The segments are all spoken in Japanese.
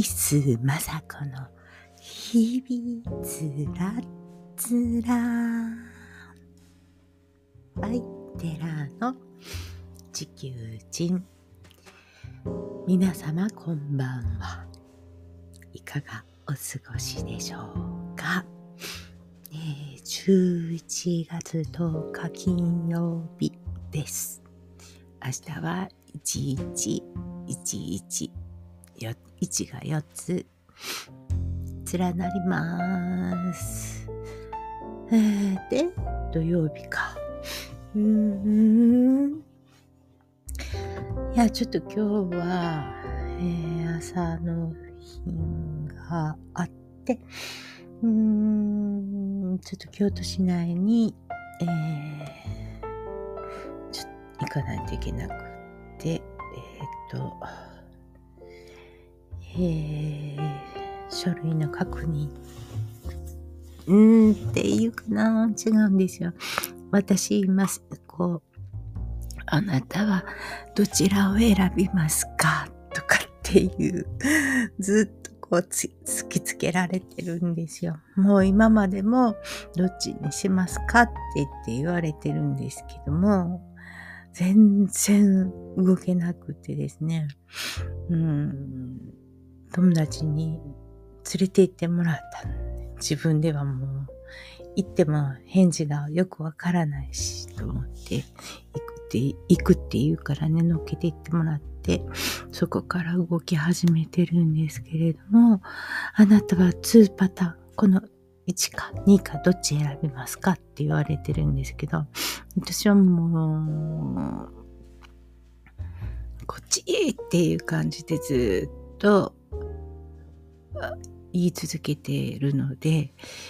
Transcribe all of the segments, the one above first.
スまさこの日々つらつら。はい、テラの地球人。皆様こんばんは。いかがお過ごしでしょうか。11月10日金曜日です。明日は1111。1が4つ連なります。で、土曜日か。いや、ちょっと今日は、朝の品があって、ちょっと京都市内に、行かないといけなくて、書類の確認。っていうかな、違うんですよ。私言います。あなたはどちらを選びますかとかっていう、ずっと突きつけられてるんですよ。もう今までもどっちにしますかって言われてるんですけども、全然動けなくてですね。友達に連れて行ってもらったので、自分ではもう行っても返事がよくわからないしと思って行くって言うからね、乗っけて行ってもらって、そこから動き始めてるんですけれども、あなたは2パターン、この1か2かどっち選びますかって言われてるんですけど、私はもうこっちっていう感じでずっと言い続けているので、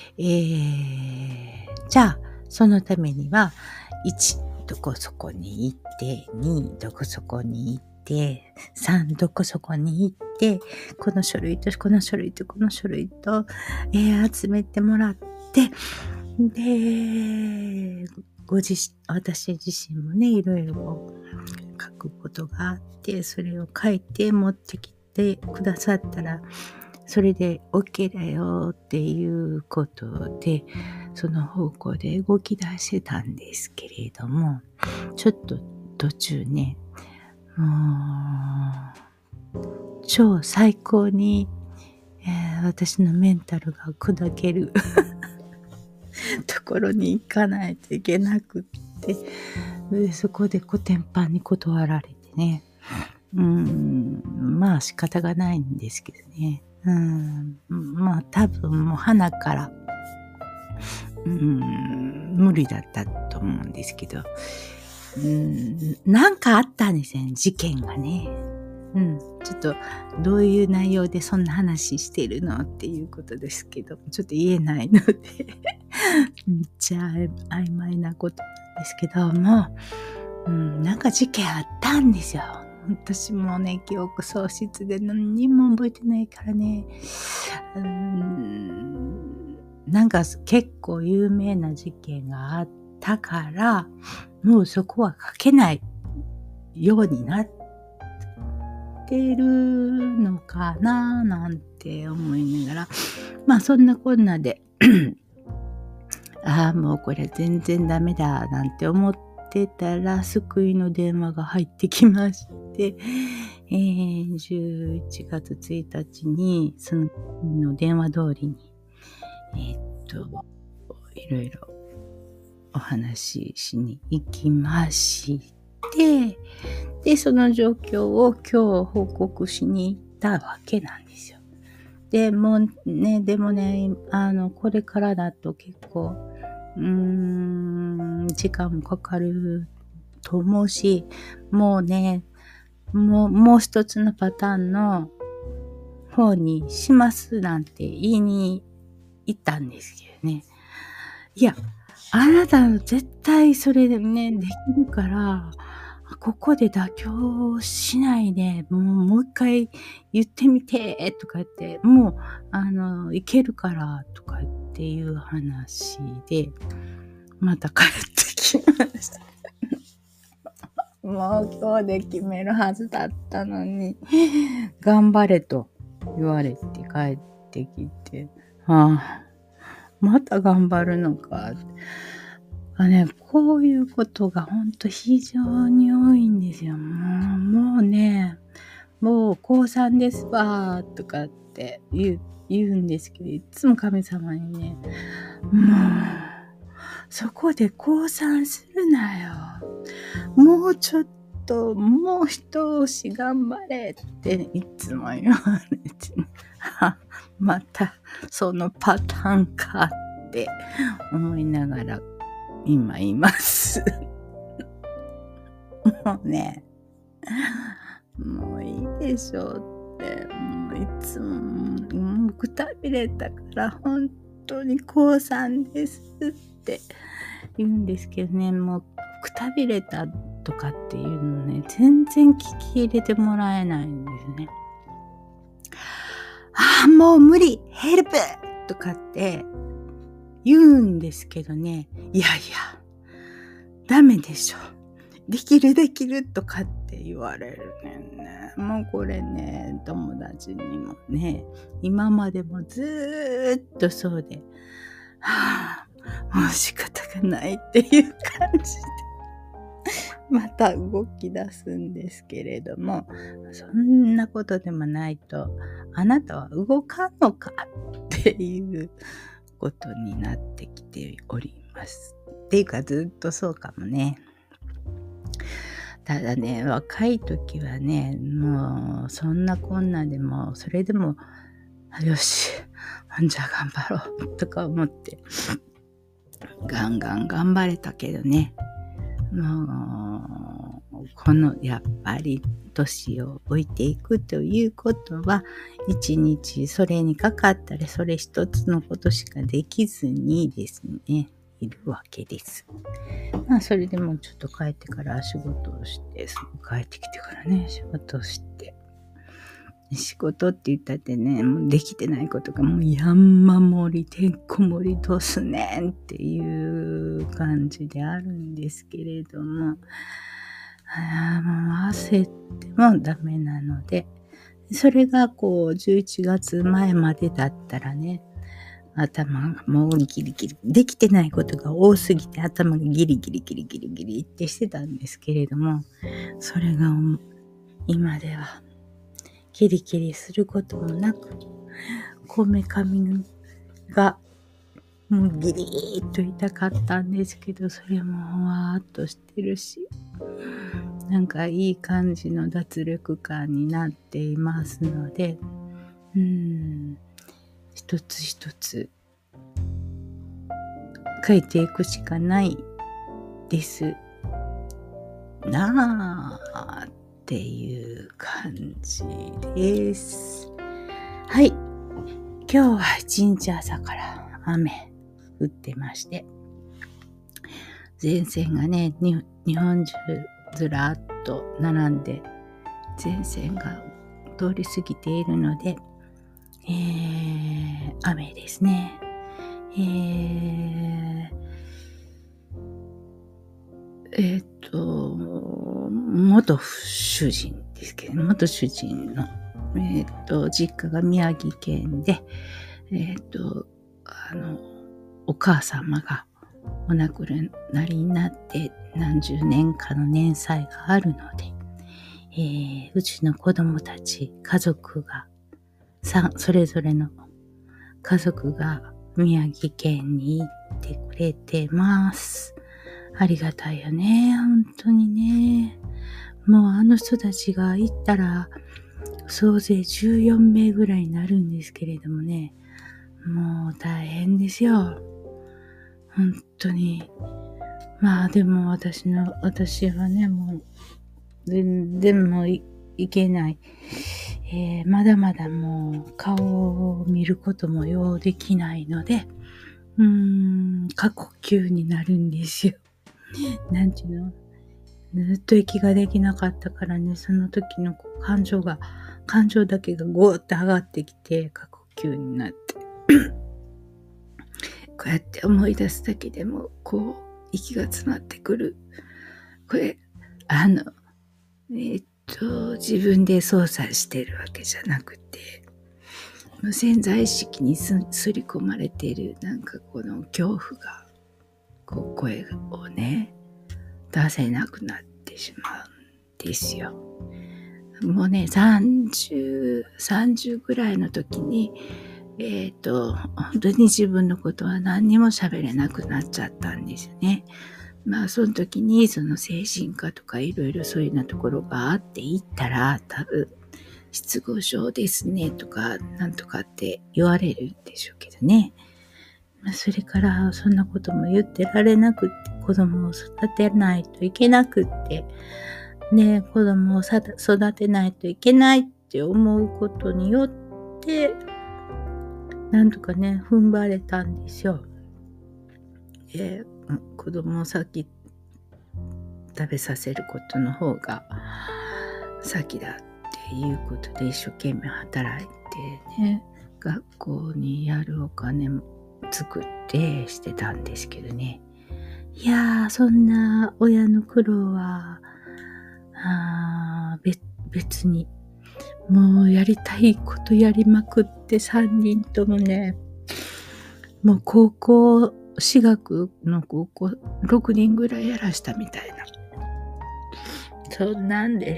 じゃあそのためには1どこそこに行って、2どこそこに行って、3どこそこに行って、この書類とこの書類とこの書類と、集めてもらって、で私自身もね、いろいろ書くことがあって、それを書いて持ってきてくださったら、それで OK だよっていうことで、その方向で動き出してたんですけれども、ちょっと途中ね、超最高に、私のメンタルが砕けるところに行かないといけなくって、でそこでコテンパンに断られてね、まあ仕方がないんですけどね。まあ多分もう鼻から無理だったと思うんですけど、なんかあったんですよね、事件がね。ちょっとどういう内容でそんな話してるのっていうことですけど、ちょっと言えないのでめっちゃ曖昧なことなんですけども、なんか事件あったんですよ。私もね、記憶喪失で何にも覚えてないからね。なんか結構有名な事件があったから、もうそこは書けないようになってるのかななんて思いながら、まあそんなこんなでもうこれ全然ダメだなんて思ってたら、救いの電話が入ってきまして、11月1日にその電話通りにいろいろお話ししに行きまして、でその状況を今日報告しに行ったわけなんですよ。でもね、これからだと結構時間もかかると思うし、もう一つのパターンの方にしますなんて言いに行ったんですけどね。いや、あなた絶対それでね、できるから、ここで妥協しないで、もう一回言ってみて、とか言って、もう、いけるから、とかっていう話で、また帰ってきました。もう今日で決めるはずだったのに、頑張れと言われて帰ってきて、また頑張るのか。こういうことがほんと非常に多いんですよ。もう高3ですわーとかって言うんですけど、いつも神様にね、そこで降参するなよ。もうちょっと、もう一押し頑張れっていつも言われて、またそのパターンかって思いながら今います。もうね、もういいでしょって、もういつもくたびれたから本当に降参ですって言うんですけどね、もうくたびれたとかっていうのね、全然聞き入れてもらえないんですね。もう無理ヘルプとかって言うんですけどね、いやいや、ダメでしょ。できるとかって言われるね。もうこれね、友達にもね、今までもずーっとそうで、もう仕方がないっていう感じで、また動き出すんですけれども、そんなことでもないと、あなたは動かんのかっていうことになってきております。っていうかずっとそうかもね。ただね、若い時はね、もうそんなこんなでも、それでも、よし、じゃあ頑張ろうとか思って、ガンガン頑張れたけどね、もう、やっぱり年を置いていくということは、一日それにかかったらそれ一つのことしかできずにですね、いるわけです。それでもちょっと帰ってから仕事をして、すぐ帰ってきてからね、仕事をして。仕事って言ったってね、もうできてないことがもう山盛り、てんこ盛りどうすねんっていう感じであるんですけれども、もう焦ってもダメなので、それが11月前までだったらね、頭がもうギリギリ、できてないことが多すぎて頭がギリギリってしてたんですけれども、それが今ではキリキリすることもなく、こめかみがもうギリーっと痛かったんですけど、それもふわーっとしてるし、なんかいい感じの脱力感になっていますので、一つ一つ書いていくしかないですなあっていう感じです。はい。今日は一日朝から雨降ってまして、前線がね、日本中ずらっと並んで、前線が通り過ぎているので、雨ですね。元主人ですけど、元主人の、実家が宮城県で、お母様がお亡くなりになって何十年かの年歳があるので、うちの子供たち、家族が、それぞれの家族が宮城県に行ってくれてます。ありがたいよね、本当にね。もうあの人たちが行ったら、総勢14名ぐらいになるんですけれどもね、もう大変ですよ。本当に。でも私はね、もう全然もういけない。まだまだもう顔を見ることもようできないので、過呼吸になるんですよ。なんていうの？ずっと息ができなかったからね、その時の感情だけがゴーって上がってきて、過呼吸になって。こうやって思い出すだけでも、息が詰まってくる。これ、自分で操作してるわけじゃなくて、 潜在意識にすり込まれているなんかこの恐怖がこう声をね出せなくなってしまうんですよ。もうね30ぐらいの時に本当に自分のことは何にも喋れなくなっちゃったんですよね。まあその時にその精神科とかいろいろそういうようなところがあって行ったら多分失語症ですねとかなんとかって言われるんでしょうけどね。まあ、それからそんなことも言ってられなくって子供を育てないといけなくってね、子供を育てないといけないって思うことによってなんとかね踏ん張れたんですよ。子供を先食べさせることの方が先だっていうことで一生懸命働いてね学校にやるお金も作ってしてたんですけどね。いやーそんな親の苦労は別にもうやりたいことやりまくって3人ともねもう私学の高校6人ぐらいやらしたみたいなそんなんです。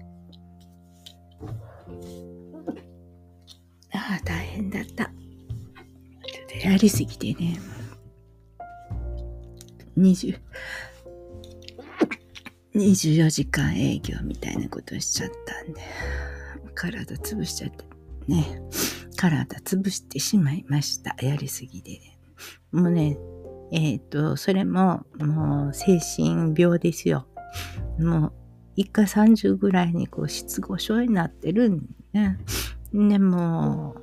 大変だった。やりすぎてね24時間営業みたいなことしちゃったんで体潰しちゃってね体潰してしまいました。やりすぎでねもうねそれももう精神病ですよ。もう1回30ぐらいにこう失語症になってるんね。でも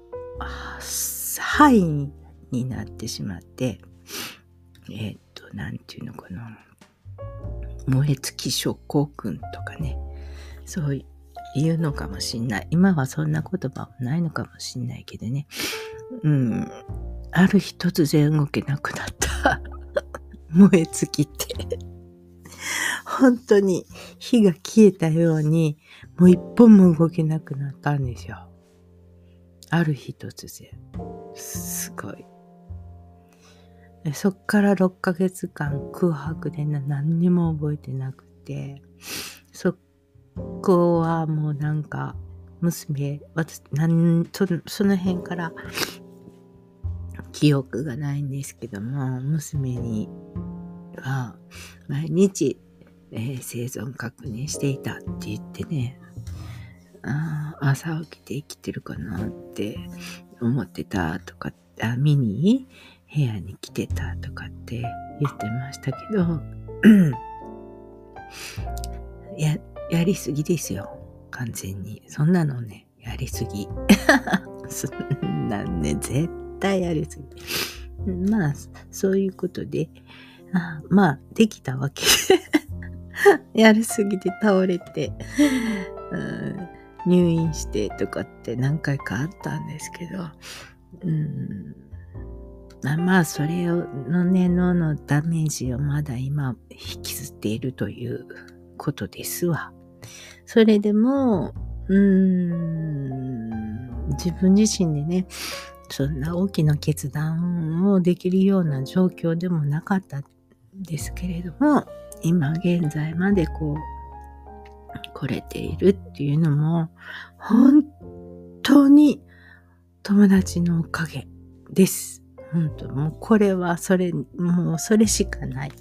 肺になってしまってなんていうのかな燃え尽き症候群とかねそういうのかもしんない。今はそんな言葉はないのかもしんないけどねある日突然動けなくなった燃え尽きて本当に火が消えたようにもう一本も動けなくなったんですよ。ある日突然すごい。そっから6ヶ月間空白で何にも覚えてなくてそこはもうなんか娘その辺から記憶がないんですけども娘には毎日、生存確認していたって言ってね朝起きて生きてるかなって思ってたとか見に部屋に来てたとかって言ってましたけどやりすぎですよ完全にそんなのねやりすぎそんなんね絶対やりすぎまあそういうことでまあできたわけやりすぎて倒れて入院してとかって何回かあったんですけどまあそれのね脳のダメージをまだ今引きずっているということですわ。それでも自分自身でねそんな大きな決断をできるような状況でもなかったんですけれども今現在まで来れているっていうのも本当に友達のおかげです。本当もうこれはもうそれしかない。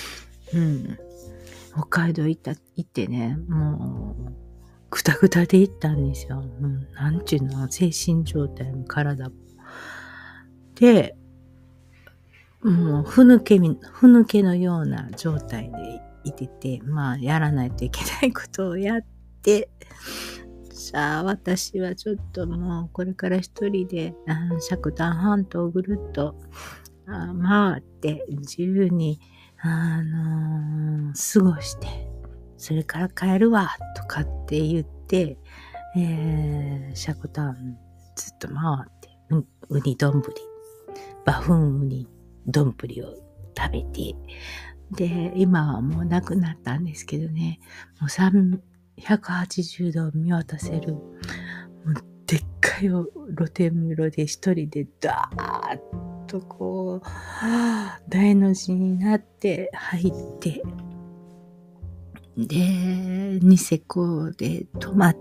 北海道行ってねもうぐたぐたで行ったんですよ。なんていうの精神状態も体もでもうふぬけのような状態でいててまあやらないといけないことをやってさあ私はちょっともうこれから一人で積丹半島をぐるっと回って自由に過ごしてそれから帰るわとかって言って積丹ずっと回ってウニ丼バフンウニ丼を食べてで今はもうなくなったんですけどねもう180度見渡せるもうでっかかい露天風呂で一人でダーッとこう、大の字になって入って、で、ニセコで泊まって、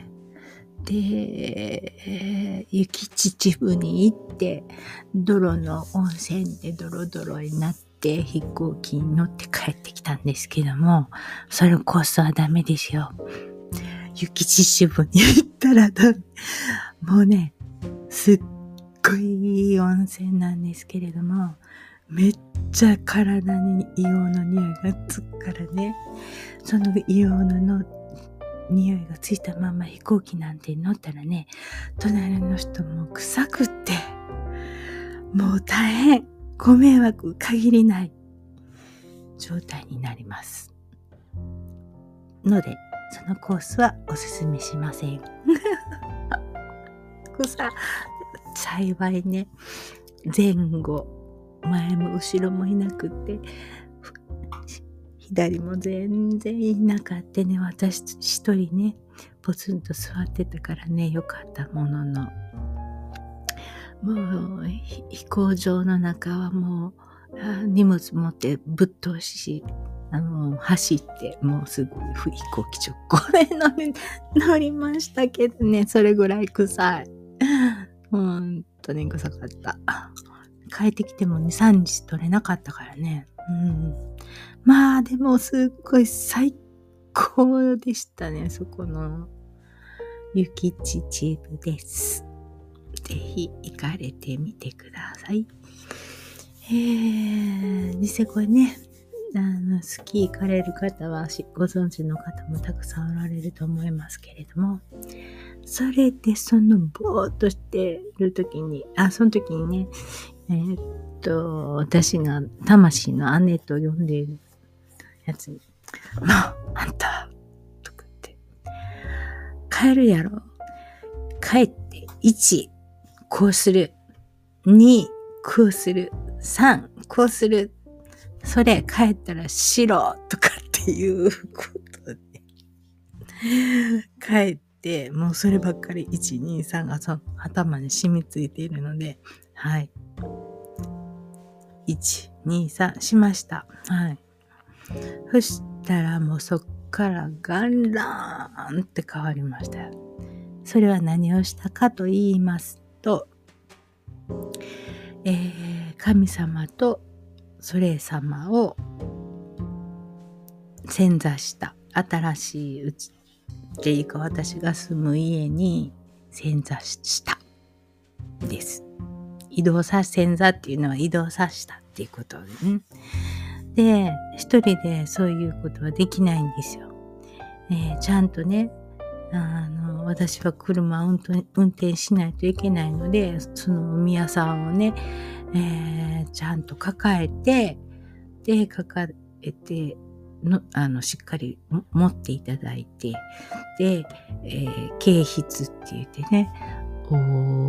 で、雪秩父に行って、泥の温泉でドロドロになって、飛行機に乗って帰ってきたんですけども、それコースはダメですよ。雪秩父に行ったらダメ。もうね、すっごいいい温泉なんですけれども、めっちゃ体に硫黄の匂いがつくからね、その硫黄の匂いがついたまま飛行機なんて乗ったらね、隣の人も臭くって、もう大変、ご迷惑限りない状態になります。ので、そのコースはおすすめしません。幸いね、前後、前も後ろもいなくって、左も全然いなかったね。私一人ね、ポツンと座ってたからね、よかったものの。もう、飛行場の中はもう、荷物持ってぶっ通し、走って、もうすぐ飛行機直行で乗りましたけどね、それぐらい臭い。本当に臭かった。帰ってきても2、3日取れなかったからね。まあでもすっごい最高でしたね、そこの雪秩父です。ぜひ行かれてみてください。ニセコね、スキー行かれる方はご存知の方もたくさんおられると思いますけれども、それでそのぼーっとしてる時に、その時にね、私が魂の姉と呼んでいるやつに、もう、あんた、とかって、帰るやろ。帰って、1、こうする。2、こうする。3、こうする。それ、帰ったらしろ、とかっていうことで、帰って、もうそればっかり、1、2、3が頭に染みついているので、はい。1、2、3しました。はい。そしたらもうそっからガンラーンって変わりました。それは何をしたかと言いますと、神様とそれ様を遷座した。新しいうちっていうか私が住む家に遷座したです。遷座っていうのは移動させたっていうことでね。で、一人でそういうことはできないんですよ。ちゃんとね、私は車を運転しないといけないので、そのお宮さんをね、ちゃんと抱えて、で、しっかり持っていただいて、で、経筆って言ってね、お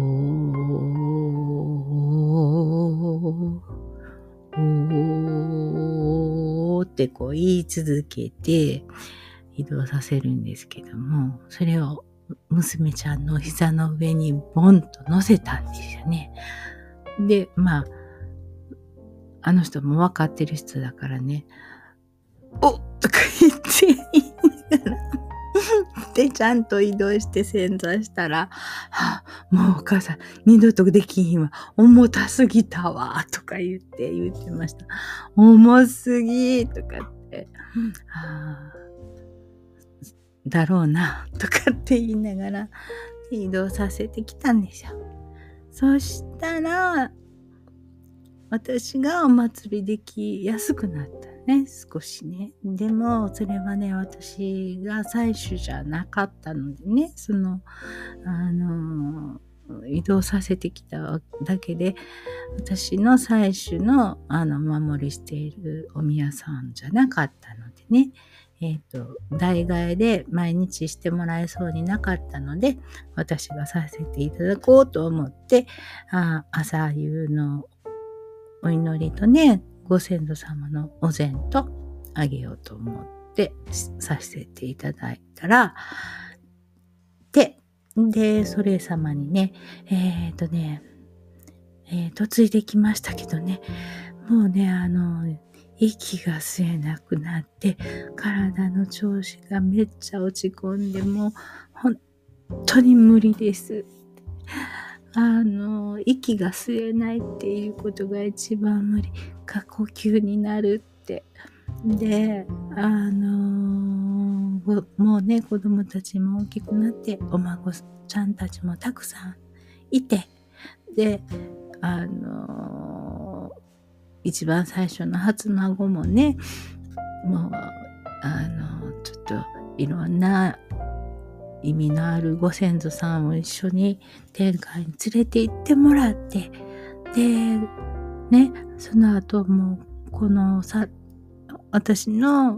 ーってこう言い続けて移動させるんですけども、それを娘ちゃんの膝の上にボンと乗せたんですよね。で、まあ、あの人も分かってる人だからね、おっとか言って言いながらで、ちゃんと移動して潜在したら、もうお母さん、二度とできひんわ。重たすぎたわ。とか言ってました。重すぎとかって、だろうな。とかって言いながら移動させてきたんですよ。そしたら、私がお祭りできやすくなったね、少しね。でも、それはね、私が採取じゃなかったのでね、移動させてきただけで、私の採取の、守りしているお宮さんじゃなかったのでね、代替えで毎日してもらえそうになかったので、私がさせていただこうと思って、朝夕のお祈りとね、ご先祖様のお膳とあげようと思ってさせていただいたら、で、 で、それ様にね、嫁いできましたけどね、もうね、息が吸えなくなって、体の調子がめっちゃ落ち込んで、もう、本当に無理です。息が吸えないっていうことが一番無理。過呼吸になるって。で、もうね、子供たちも大きくなって、お孫ちゃんたちもたくさんいて、で、一番最初の初孫もね、もう、ちょっといろんな意味のあるご先祖さんを一緒に天界に連れて行ってもらって、で、ね、その後もこの私の、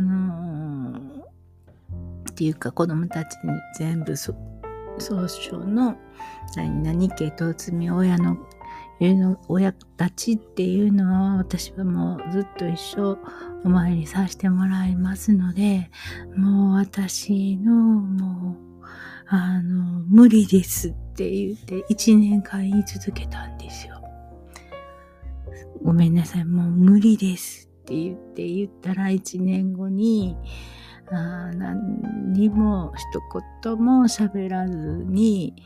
っていうか子供たちに全部総称の何家とうつみ親たちっていうのは私はもうずっと一生お参りさせてもらいますので、もう私のもう無理ですって言って1年間言い続けたんですよ。ごめんなさい、もう無理ですって言ったら1年後に何にも一言も喋らずに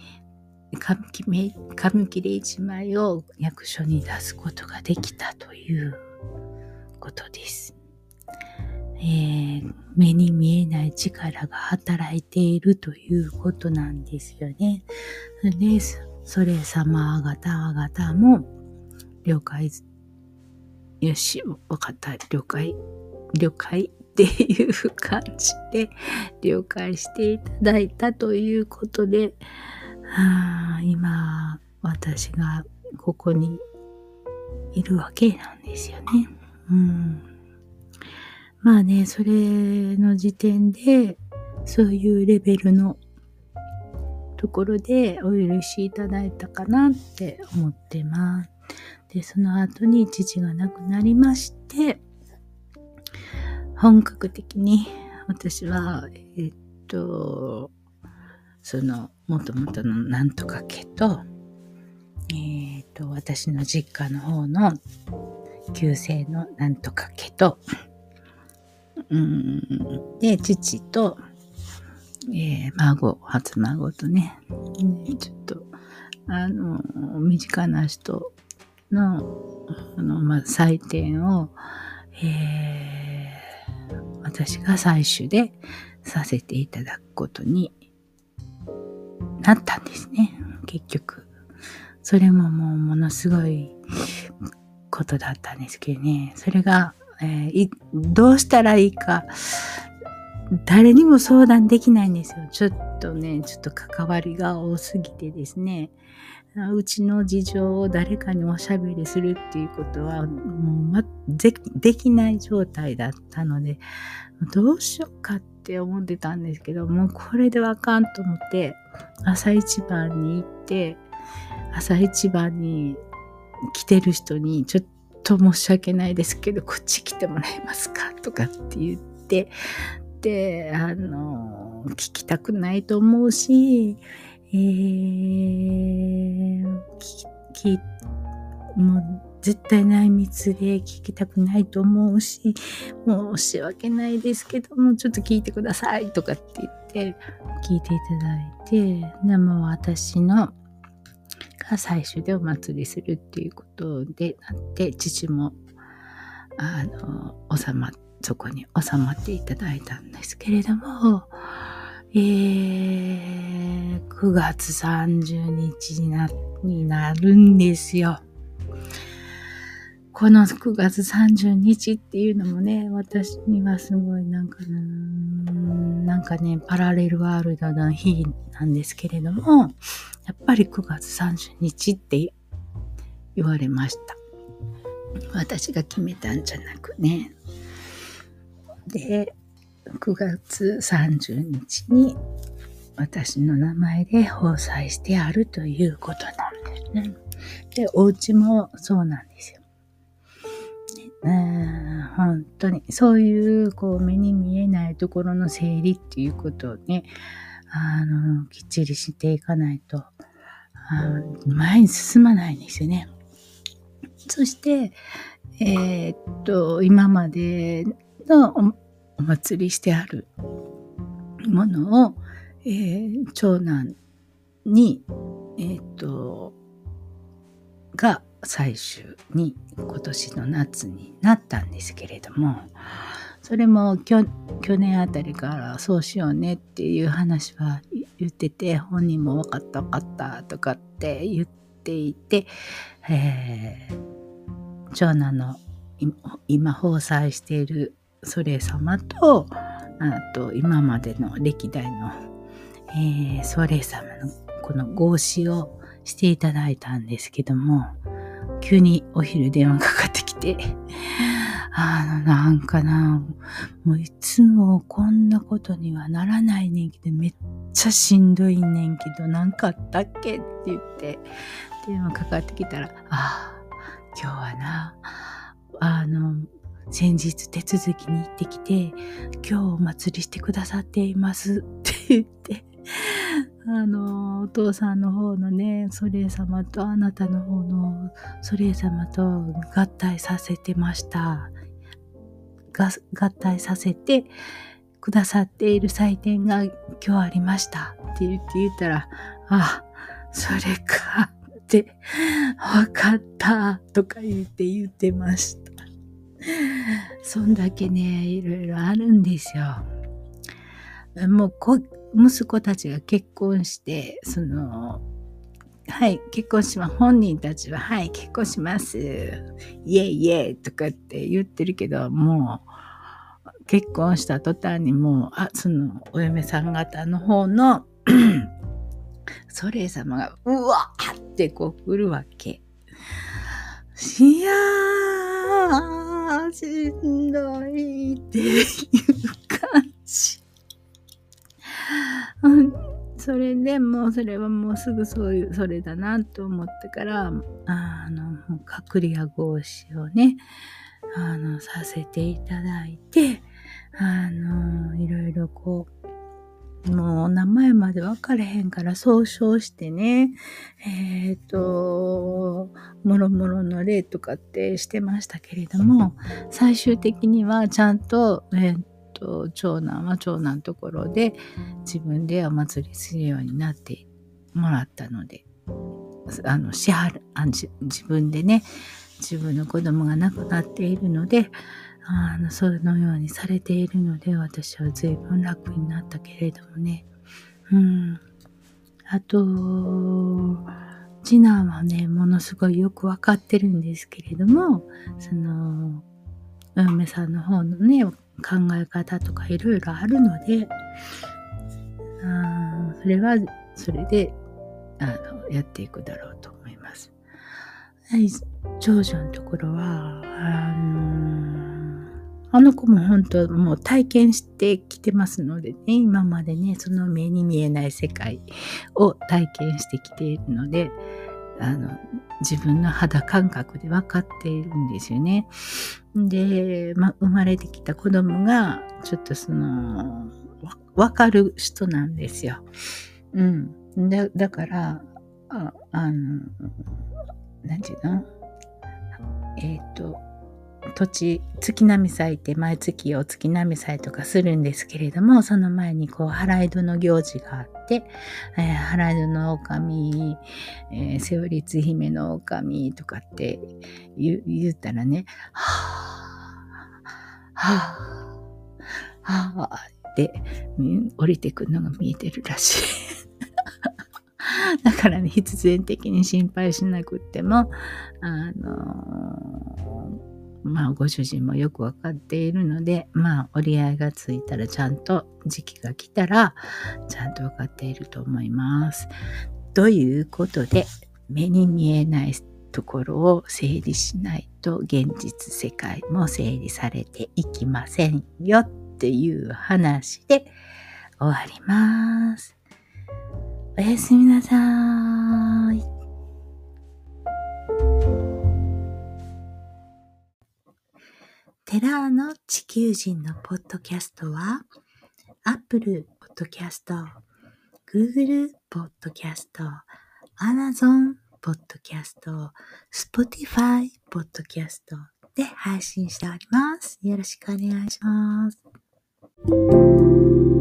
紙切れ1枚を役所に出すことができたということです。目に見えない力が働いているということなんですよね。で、それ様方も了解、よし、わかった、了解っていう感じで了解していただいたということで、今私がここにいるわけなんですよね。まあね、それの時点でそういうレベルのところでお許しいただいたかなって思ってます。で、その後に父が亡くなりまして、本格的に私は、その元々のなんとか家と、私の実家の方の旧姓のなんとか家と、で、父と、初孫とね、ちょっと、身近な人の、祭典を、私が採取でさせていただくことになったんですね。結局。それももうものすごいことだったんですけどね。それが、どうしたらいいか、誰にも相談できないんですよ。ちょっと関わりが多すぎてですね。うちの事情を誰かにおしゃべりするっていうことはもう、できない状態だったので、どうしようかって思ってたんですけど、もうこれではあかんと思って、朝一番に行って、朝一番に来てる人にちょっと申し訳ないですけど、こっち来てもらえますかとかって言って、で、聞きたくないと思うし、もう絶対内密で聞きたくないと思うし、申し訳ないですけども、ちょっと聞いてくださいとかって言って聞いていただいて、でも私のが最初でお祭りするっていうことでなって、父もそこに収まっていただいたんですけれども、9月30日になるんですよ。この9月30日っていうのもね、私にはすごいなんかね、パラレルワールドの日なんですけれども、やっぱり9月30日って言われました。私が決めたんじゃなくね。で、9月30日に私の名前で奉祭してあるということなんですね。で、お家もそうなんですよ。本当にそういう目に見えないところの整理っていうことをね、 きっちりしていかないと、前に進まないんですよね。そして、今までのお祭りしてあるものを、長男に、が最終に今年の夏になったんですけれども、それも去年あたりからそうしようねっていう話は言ってて、本人も分かった分かったとかって言っていて、長男の今交際しているソレイ様と、あと今までの歴代の、ソレイ様のこの合祀をしていただいたんですけども、急にお昼電話かかってきて、なんかな、もういつもこんなことにはならないねんけど、めっちゃしんどいねんけど、なんかあったっけって言って、電話かかってきたら、今日はな、先日手続きに行ってきて、今日お祭りしてくださっていますって言って、お父さんの方のね、ソレイ様とあなたの方のソレイ様と合体させてました。合体させてくださっている祭典が今日ありましたって言ったら、それかって、わかったとか言ってました。そんだけね、いろいろあるんですよ。もう息子たちが結婚して、はい、結婚します。本人たちは、はい、結婚します。イエイイエイとかって言ってるけど、もう、結婚した途端にもう、そのお嫁さん方の方のソレイ様が、うわーってこう来るわけ。いやー、しんどいっていう感じ。それでもうそれはもうすぐそれだなと思ってから、隔離や合祀をね、させていただいて、いろいろこう、もう名前まで分かれへんから総称してね、もろもろの例とかってしてましたけれども、最終的にはちゃんと、長男は長男のところで自分でお祭りするようになってもらったので、自分でね、自分の子供が亡くなっているので、そのようにされているので、私は随分楽になったけれどもね。あと、次男はね、ものすごいよくわかってるんですけれども、お嫁さんの方のね、考え方とかいろいろあるので、それはそれでやっていくだろうと思います。長女のところはあの子も本当もう体験してきてますのでね、今までね、その目に見えない世界を体験してきているので、自分の肌感覚で分かっているんですよね。で、生まれてきた子供が、ちょっと分かる人なんですよ。だから、なんていうの？月並み祭って毎月お月並み祭とかするんですけれども、その前にこう払い戸の行事があって、払い戸の狼、瀬尾律姫の狼とかって言ったらね、って降りてくるのが見えてるらしい。だからね、必然的に心配しなくっても、ご主人もよくわかっているので、折り合いがついたらちゃんと時期が来たら、ちゃんとわかっていると思います。ということで、目に見えないところを整理しないと現実世界も整理されていきませんよっていう話で終わります。おやすみなさーい。テラーの地球人のポッドキャストは、Apple Podcast、 Google Podcast、Amazon Podcast、Spotify Podcast で配信しております。よろしくお願いします。